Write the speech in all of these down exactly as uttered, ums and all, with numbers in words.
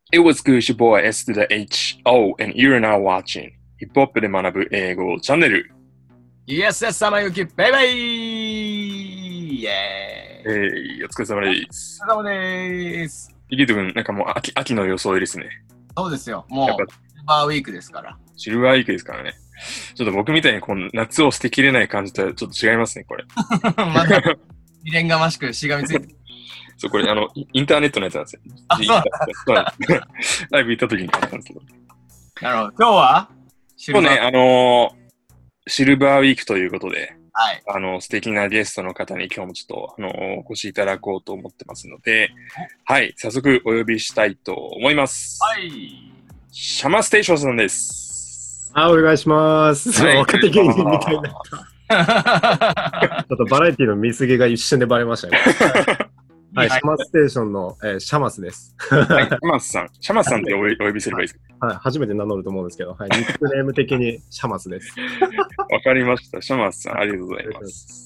It was good, your boy S to the H O, and you're now watching ヒップホップで学ぶ英語チャンネル。 イエスエス様ゆき、バイバイイエーイえー、お疲れ様です。 お疲れ様です。 イギト君、なんかもう秋、秋の装いですね。 そうですよ。もう、シルバーウィークですから。 シルバーウィークですからね。ちょっと僕みたいにこの夏を捨てきれない感じとはちょっと違いますね、これ。 また、未練がましくしがみついて。 そう、これ、あの、インターネットのやつなんですよ。 あ、そうライブ行った時に買ったんですけど。 なるほど。今日は今日ね、あのー、シルバーウィークということで、 はい。 あの、素敵なゲストの方に今日もちょっと、あのー、お越しいただこうと思ってますので、はい、早速お呼びしたいと思います。 はい。 シャマステーションさんです。 あ、お願いします。はい、若手芸人みたいになった。ちょっとバラエティの見過ぎが一瞬でバレましたね。はい、シャマステーションの、えー、シャマスです。 はい、シャマスさん。シャマスさんってお呼びすればいいですか？ はい、初めて名乗ると思うんですけど、はい、ニックネーム的にシャマスです。 わかりました。シャマスさん、ありがとうございます。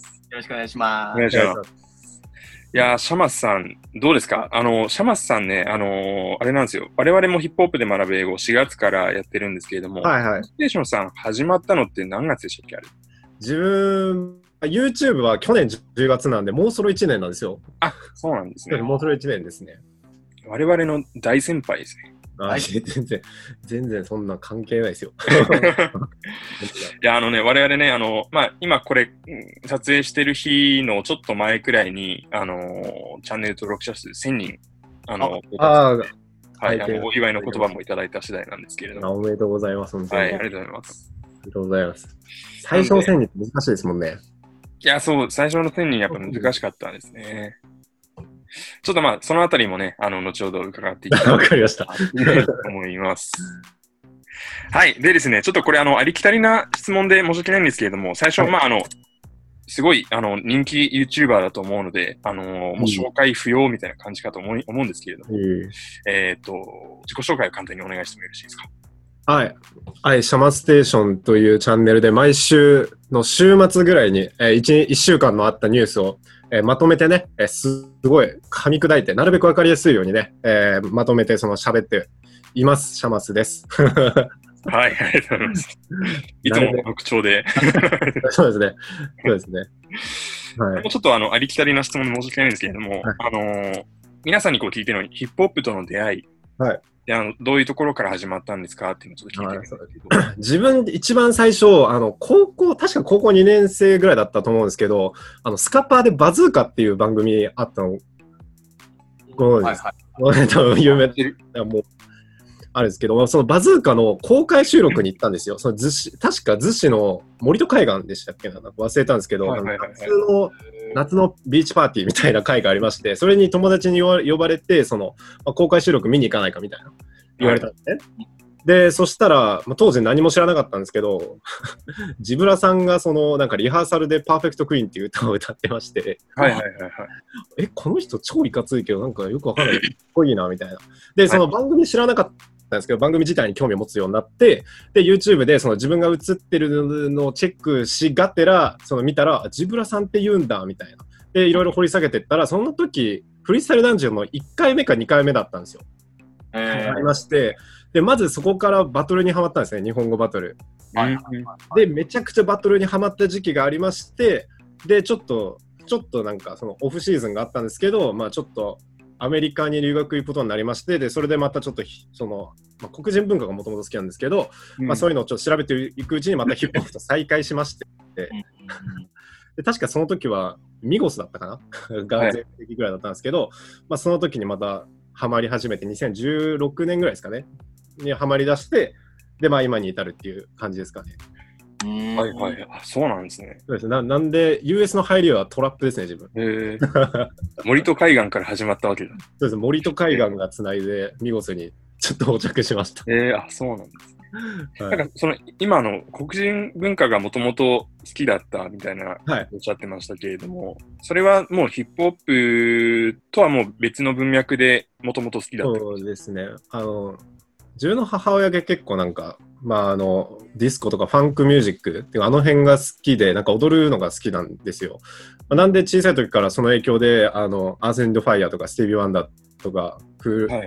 よろしくお願いします。 お願いします。いやー、シャマスさん、どうですか？あの、シャマスさんね、あのー、あれなんですよ。我々もヒップホップで学ぶ英語しがつからやってるんですけれども、 はいはい。 ステーションさん始まったのって何月でしたっけ？あれ。 自分、YouTube は去年じゅうがつなんで、もうそろいちねんなんですよ。 あ、そうなんですね。 もうそろいちねんですね。 我々の大先輩ですね。 あ、全然、全然そんな関係ないですよ。 いや、あのね、我々ね、あの、まあ、今これ、撮影してる日のちょっと前くらいに、あのー、チャンネル登録者数せんにん、あの、 ああはい、あの、お祝いの言葉もいただいた次第なんですけれども。 おめでとうございます。本当に。 はい、ありがとうございます。 ありがとうございます。最初のせんにんって難しいですもんね。 いや、そう、最初のせんにんやっぱ難しかったんですね。ちょっとまあ、そのあたりもね、あの、後ほど伺っていきたいとわかりました。 思います。はい。でですね、ちょっとこれ、あの、ありきたりな質問で申し訳ないんですけれども、最初、まあ、あの、すごい、あの、人気 YouTuber だと思うので、あの、もう紹介不要みたいな感じかと思い、思うんですけれども、えっと、自己紹介を簡単にお願いしてもよろしいですか？ はい。はい、シャマステーションというチャンネルで毎週の週末ぐらいに、えー、1, いっしゅうかんのあったニュースを、えー、まとめてね、えー、すごい噛み砕いて、なるべくわかりやすいようにね、えー、まとめてその喋っています。シャマスです。 はい、ありがとうございます。いつもの特徴で。 そうですね。そうですね。 はい、もうちょっとあの、ありきたりな質問で申し訳ないんですけれども、はい、あのー、皆さんにこう聞いてるのに、ヒップホップとの出会い、 はい。 であのどういうところから始まったんですかっていうのをちょっと聞いてみたんですけど。 自分一番最初、あの、高校、確か高校にねん生ぐらいだったと思うんですけど、あの、スカパーでバズーカっていう番組あったの、ご存知ですか？はいはい、多分有名な、もう、あるんですけど、そのバズーカの公開収録に行ったんですよ。その逗子、確か逗子の森戸海岸でしたっけな、忘れたんですけど、夏の、夏のビーチパーティーみたいな会がありまして、それに友達に呼ばれて、その、まあ、公開収録見に行かないかみたいな言われたんですね。はい、で、そしたら、まあ、当時何も知らなかったんですけど、ジブラさんがその、なんかリハーサルでパーフェクトクイーンっていう歌を歌ってまして、 はいはいはいはい。 え、この人超いかついけど、なんかよくわかんない。かっこいいな、みたいな。で、その番組知らなかったんですけど、番組自体に興味を持つようになって、で、YouTube でその自分が映ってるのをチェックしがてら、その見たら、ジブラさんって言うんだ、みたいな。で、いろいろ掘り下げていったら、その時、フリースタイルダンジョンのいっかいめかにかいめだったんですよ。 えー、 ありまして、で、まずそこからバトルにハマったんですね、日本語バトル。で、めちゃくちゃバトルにハマった時期がありまして、で、ちょっと、ちょっとなんかそのオフシーズンがあったんですけど、まあちょっとアメリカに留学行くことになりまして、で、それでまたちょっとその、まあ、黒人文化がもともと好きなんですけど、うん、まあそういうのをちょっと調べていくうちにまたヒップホップと再会しまして、で確かその時はミゴスだったかなが全的ぐらいだったんですけど、はい、まあその時にまたハマり始めてにせんじゅうろくねんぐらいですかねにハマり出して、でまあ今に至るっていう感じですかね。 はいはい、あ、そうなんですね。 そうです。 な, なんで ユーエス の入りはトラップですね、自分。 へー森戸海岸から始まったわけだ。 そうです。森戸海岸がつないで見事にちょっと到着しました。 えー、あ、そうなんですね。はい、なんかその今の黒人文化がもともと好きだったみたいなおっしゃってましたけれども、はい、それはもうヒップホップとはもう別の文脈でもともと好きだった。 そうですね。あの自分の母親が結構なんか、まあ、あのディスコとかファンクミュージックっていうあの辺が好きで、なんか踊るのが好きなんですよ。まあ、なんで小さい時からその影響であのアース・エンド・ファイヤーとかスティービー・ワンダーとかクール、はい、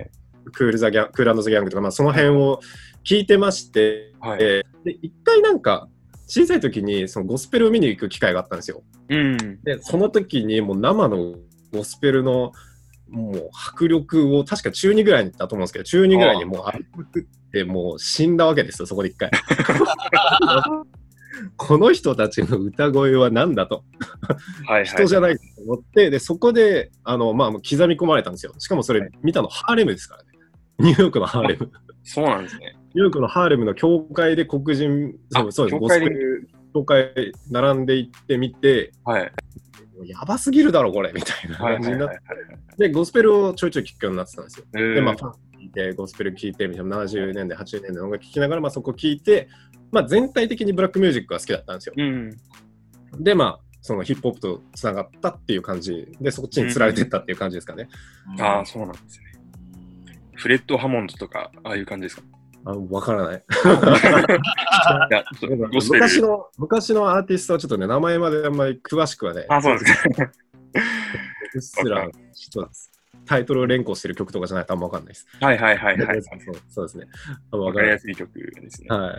クールザギャン、クール&ザギャングとか、まあ、その辺を聞いてまして、 はい、 で一回なんか小さい時にそのゴスペルを見に行く機会があったんですよ。 うん、 でその時にもう生のゴスペルのもう迫力を確か中にぐらいだと思うんですけど、中にぐらいにもうありまくってもう死んだわけですよ、そこで一回。この人たちの歌声は何だと。 はいはい、 人じゃないと思って、でそこであの、まあ、刻み込まれたんですよ。しかもそれ見たのハーレムですからね。ニューヨークのハーレム。 そうなんですね。 ニューヨークのハーレムの教会で黒人、そうそうです、ゴスペル教会並んでいってみて、 はい、 やばすぎるだろこれみたいな感じになって、でゴスペルをちょいちょい聴くようになってたんですよ。えー、でまあファン聴いてゴスペル聴いてみたいなななじゅうねんだいはちじゅうねんだいの音楽聴きながら、まあ、そこ聴いて、まあ、全体的にブラックミュージックが好きだったんですよ。うん、でまあそのヒップホップとつながったっていう感じで、そっちに釣られてったっていう感じですかね。 うん、ああそうなんですね。フレッド・ハモンドとかああいう感じですか？ あ、わからない。いや昔の昔のアーティストはちょっとね、名前まであんまり詳しくはね。 あ、そうですか。 うっすらタイトルを連呼してる曲とかじゃないとあんまわかんないです。 はいはいはいはい。 そう、そうですね。 わかりやすい曲ですね。 はい。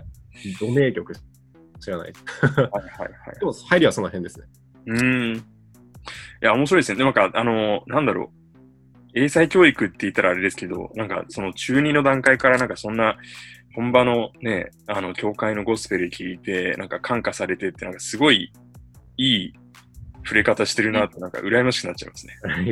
同名曲知らない。 はいはいはい。 でも入りはその辺ですね。 うーん。いや、面白いですね。なんか、あの、なんだろう。英才教育って言ったらあれですけど、なんかその中にの段階からなんかそんな本場のね、あの教会のゴスペル聞いて、なんか感化されてって、なんかすごいいい触れ方してるなって、なんか羨ましくなっちゃいますね。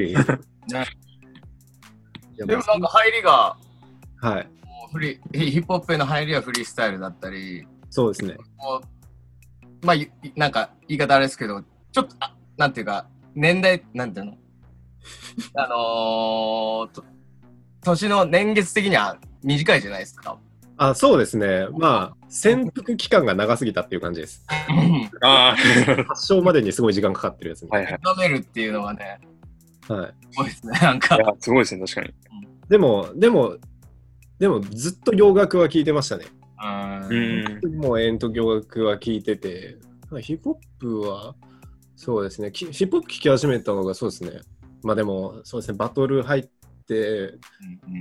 でもなんか入りが、 はい。 フリヒップホップへの入りはフリースタイルだったり、 そうですね。 まあ、なんか言い方あれですけど、ちょっと、あなんていうか、年代、なんていうのあのー、と年の年月的には短いじゃないですか。 あ、そうですね。まあ、潜伏期間が長すぎたっていう感じです。あ発症までにすごい時間かかってるやつに。 はいはい。食べるっていうのはね、 はい。 すごいですね。なんか。 いや、すごいですね、確かに。 でも、でも、でもずっと洋楽は聴いてましたね。 うん。 もう延々と洋楽は聴いてて、ヒップホップは、そうですね。ヒップホップ聴き始めたのがそうですね。まあでも、そうですね、バトル入って、うんうん、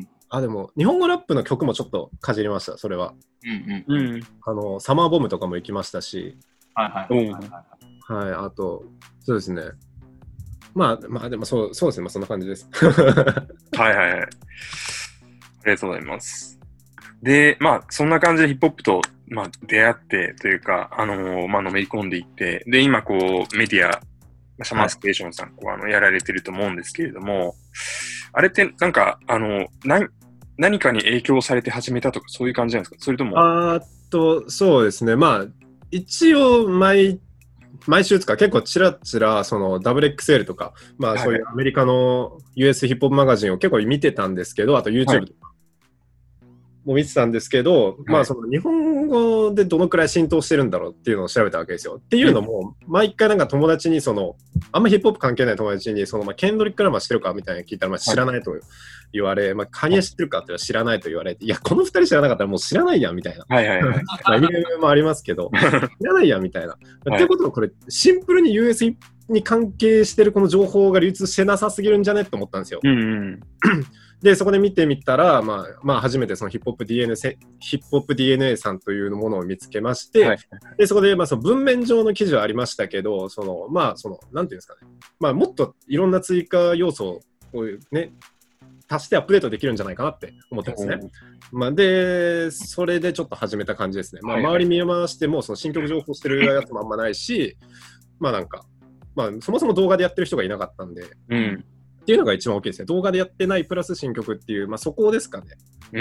あ、でも、日本語ラップの曲もちょっとかじりました、それは。 うんうんうん、 あの、サマーボムとかも行きましたし、 はいはいはいはい、 はい、あと、そうですね。まあ、まあでもそう、そうですね、まあそんな感じです。 はいはいはい。ありがとうございます。で、まあ、そんな感じでヒップホップと、まあ、出会ってというか、あのー、まあ、のめり込んでいって、で、今、こう、メディア、シャマーステーションさん、こう、あの、やられてると思うんですけれども、あれって、なんか、あの、な、何かに影響されて始めたとか、そういう感じなんですか？それとも。 あーっと、そうですね。まあ、一応、毎、毎週つか、結構ちらちら、その、ダブルエックスエル とか、まあ、そういうアメリカの ユーエス ヒップホップマガジンを結構見てたんですけど、あと YouTube とか。はいも見てたんですけど、はい、まあその日本語でどのくらい浸透してるんだろうっていうのを調べたわけですよ。っていうのも、毎回なんか友達にその、あんまヒップホップ関係ない友達に、そのまあケンドリック・ラマー知ってるかみたいな聞いたら、まあ知らないと言われ、はい、まあカニエ知ってるかって言ったら知らないと言われて、いや、この二人知らなかったらもう知らないやんみたいな。 はいはいはい。 まあ、エミネムもありますけど、知らないやんみたいな。っていうことはこれ、シンプルに ユーエス に関係してるこの情報が流通してなさすぎるんじゃねって思ったんですよ。 うんうんで、そこで見てみたら、まあ、まあ、初めてそのヒップホップ ディーエヌエー、ヒップホップ ディーエヌエー さんというものを見つけまして、はい、で、そこで、まあ、その文面上の記事はありましたけど、その、まあ、その、なんていうんですかね。まあ、もっといろんな追加要素をね、足してアップデートできるんじゃないかなって思ってますね。まあ、で、それでちょっと始めた感じですね。まあ、周り見回しても、その新曲情報してるやつもあんまないし、まあ、なんか、まあ、そもそも動画でやってる人がいなかったんで、 うんっていうのが一番大きいですね。動画でやってないプラス新曲っていう、まあそこですかね。 うん。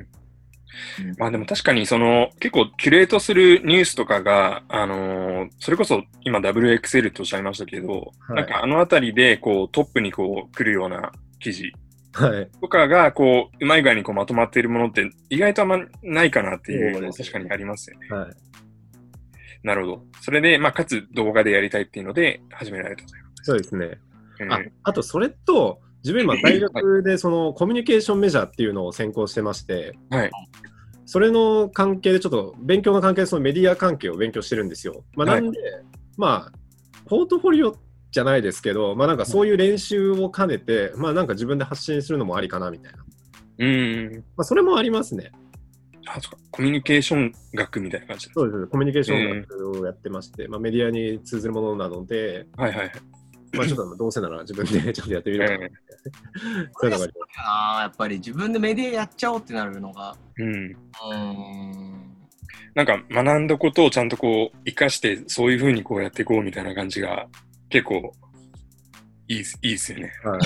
まあでも確かにその結構キュレートするニュースとかが、あのー、それこそ今 ダブリューエックスエル とおっしゃいましたけど、はい、なんかあのあたりでこうトップにこう来るような記事とかがこううまい具合にこうまとまっているものって意外とあんまないかなっていうのは確かにありますよね。 はい、 なるほど。それで、まあかつ動画でやりたいっていうので始められたということです。 そうですね。あ, あとそれと自分今大学でそのコミュニケーションメジャーっていうのを専攻してまして、 はい、 それの関係でちょっと勉強の関係でそのメディア関係を勉強してるんですよ。まあ、なんで、はい、まあポートフォリオじゃないですけど、まあなんかそういう練習を兼ねて、まあなんか自分で発信するのもありかなみたいな。 うん。 まあ、それもありますね。 あ、そうか。コミュニケーション学みたいな感じ。 そうです。コミュニケーション学をやってまして、まあ、メディアに通ずるものなので、 はいはいはい。 まあちょっとどうせなら自分でちょっとやってみるかな。 そういうのがあります。やっぱり自分でメディアやっちゃおうってなるのが。 うん。 うん。 なんか学んだことをちゃんとこう活かしてそういう風にこうやっていこうみたいな感じが結構いいいいですよね。 はい。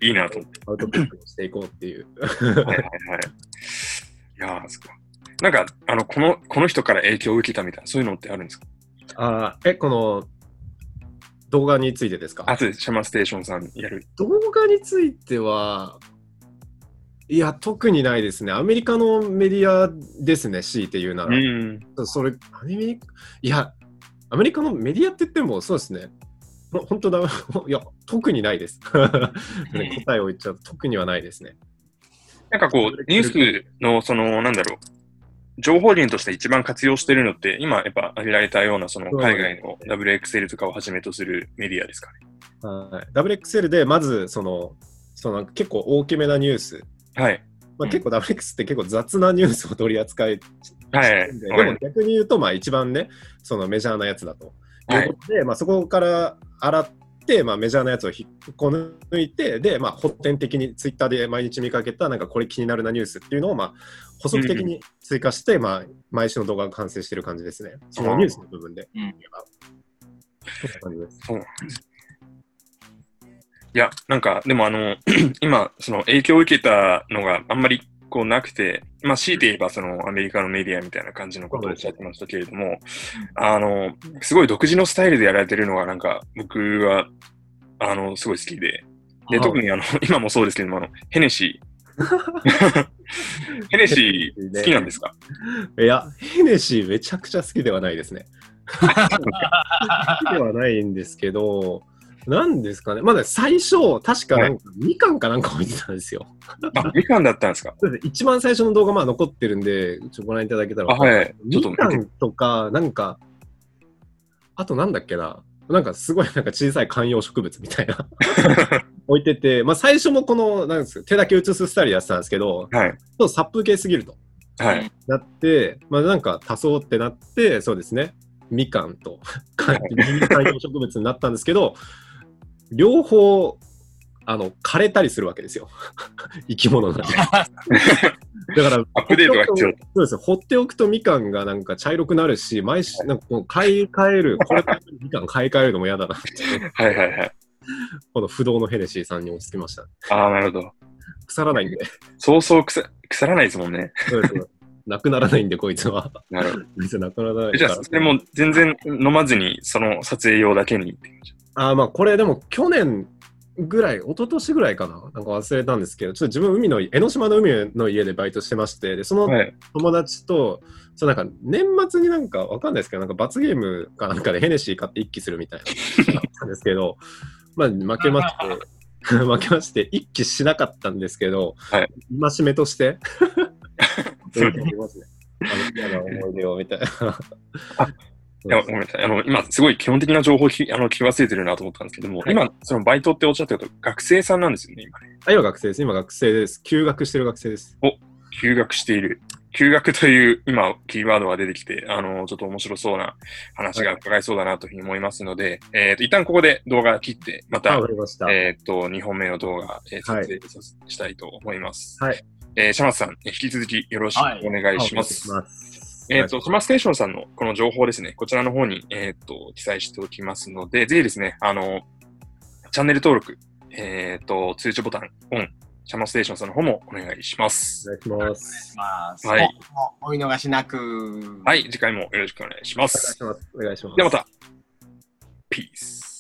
いいなと思って。 アウトプットしていこうっていう。 はいはいはい。いやー、すごい。なんかあのこのこの人から影響を受けたみたいなそういうのってあるんですか？ あえこの動画についてですか？ あとでシャマステーションさんやる。 動画については。いや、特にないですね。アメリカのメディアですね、強いて言うなら。うん、それ、アメリカ、いや、アメリカのメディアって言っても、そうですね。本当だ、いや、特にないです。答えを言っちゃうと、特にはないですね。 なんかこう、ニュースの、その、なんだろう、情報源として一番活用してるのって、今やっぱ挙げられたような、その海外の ダブリューエックスエル とかをはじめとするメディアですかね。 はい、ダブリューエックスエル で、まず、その、その結構大きめなニュース。 はい。 まあ、結構 ダブリューエックス って結構雑なニュースを取り扱いしてるんで、はい、でも逆に言うとまあ一番ねそのメジャーなやつだということで、はい、まあ、そこから洗って、まあ、メジャーなやつを引っこ抜いてで、まあ、補填的にツイッターで毎日見かけたなんかこれ気になるなニュースっていうのをまあ補足的に追加して、うん、まあ、毎週の動画が完成している感じですね。そのニュースの部分で。うん、 そうなんですそうなんですいや、なんか、でもあの、今、その影響を受けたのがあんまりこうなくて、まあ、強いて言えばそのアメリカのメディアみたいな感じのことをおっしゃってましたけれども、あの、すごい独自のスタイルでやられてるのがなんか、僕は、あの、すごい好きで、で、特にあの、今もそうですけども、あの、ヘネシー、ヘネシー好きなんですか？ いや、ヘネシーめちゃくちゃ好きではないですね。好きではないんですけど、なんですかね、まだ最初、確かなんか、みかんかなんか置いてたんですよ。 あ、みかんだったんですか？ 一番最初の動画まあ残ってるんで、ちょっとご覧いただけたら。 あ、はい。 みかんとか、なんか、あとなんだっけな、なんかすごいなんか小さい観葉植物みたいな置いてて、まあ最初もこの、なんですか、手だけ映すスタイルやってたんですけど、 はい、 ちょっと殺風景すぎると。 はい。 なって、まあなんか多層ってなって、そうですね、みかんと観葉植物になったんですけど、両方あの枯れたりするわけですよ生き物なんでだからアップデートが必要。 そうですよ、放っておくとみかんがなんか茶色くなるし、毎週なんかこう買い替えるこれからみかん買い替えるのも嫌だなってはいはいはい。 この不動のヘネシーさんに落ち着きました。 ああ、なるほど。 腐らないんで。 そうそう腐腐らないですもんね。 そうです。なくならないんでこいつは。 なるほど。 別になくならない。 じゃあそれも全然飲まずにその撮影用だけに。 ああ、まあこれでも去年ぐらい、一昨年ぐらいかな、なんか忘れたんですけど、ちょっと自分海の江ノ島の海の家でバイトしてまして、でその友達と、はい、そのなんか年末になんかわかんないですけど、なんか罰ゲームかなんかでヘネシー買って一気するみたいななんですけど、まあ負けまして負けまして一気しなかったんですけど、 はい、 戒めとしてそういうのありますね。あの嫌な思い出をみたいな。 いや、ごめんなさい。あの、今、すごい基本的な情報をきあの聞き忘れてるなと思ったんですけども、はい、今、そのバイトっておっしゃったけど、学生さんなんですよね、今ね。 あ、今学生です。今学生です。休学してる学生です。 お、休学している。休学という、今、キーワードが出てきて、あの、ちょっと面白そうな話が伺えそうだなというふうに思いますので、はい、えっと、一旦ここで動画切って、また、 まえっと、にほんめの動画、えー、撮影さ、はい、したいと思います。 はい。 えー、シャマスさん、引き続きよろしくお願いします。はい、えっと、シャマステーションさんのこの情報ですね、こちらの方に、えっと、記載しておきますので、ぜひですね、あの、チャンネル登録、えっと、通知ボタン、オン、シャマステーションさんの方もお願いします。 お願いします。 はい。お見逃しなく。 はい、次回もよろしくお願いします。 お願いします。お願いします。 ではまた、ピース。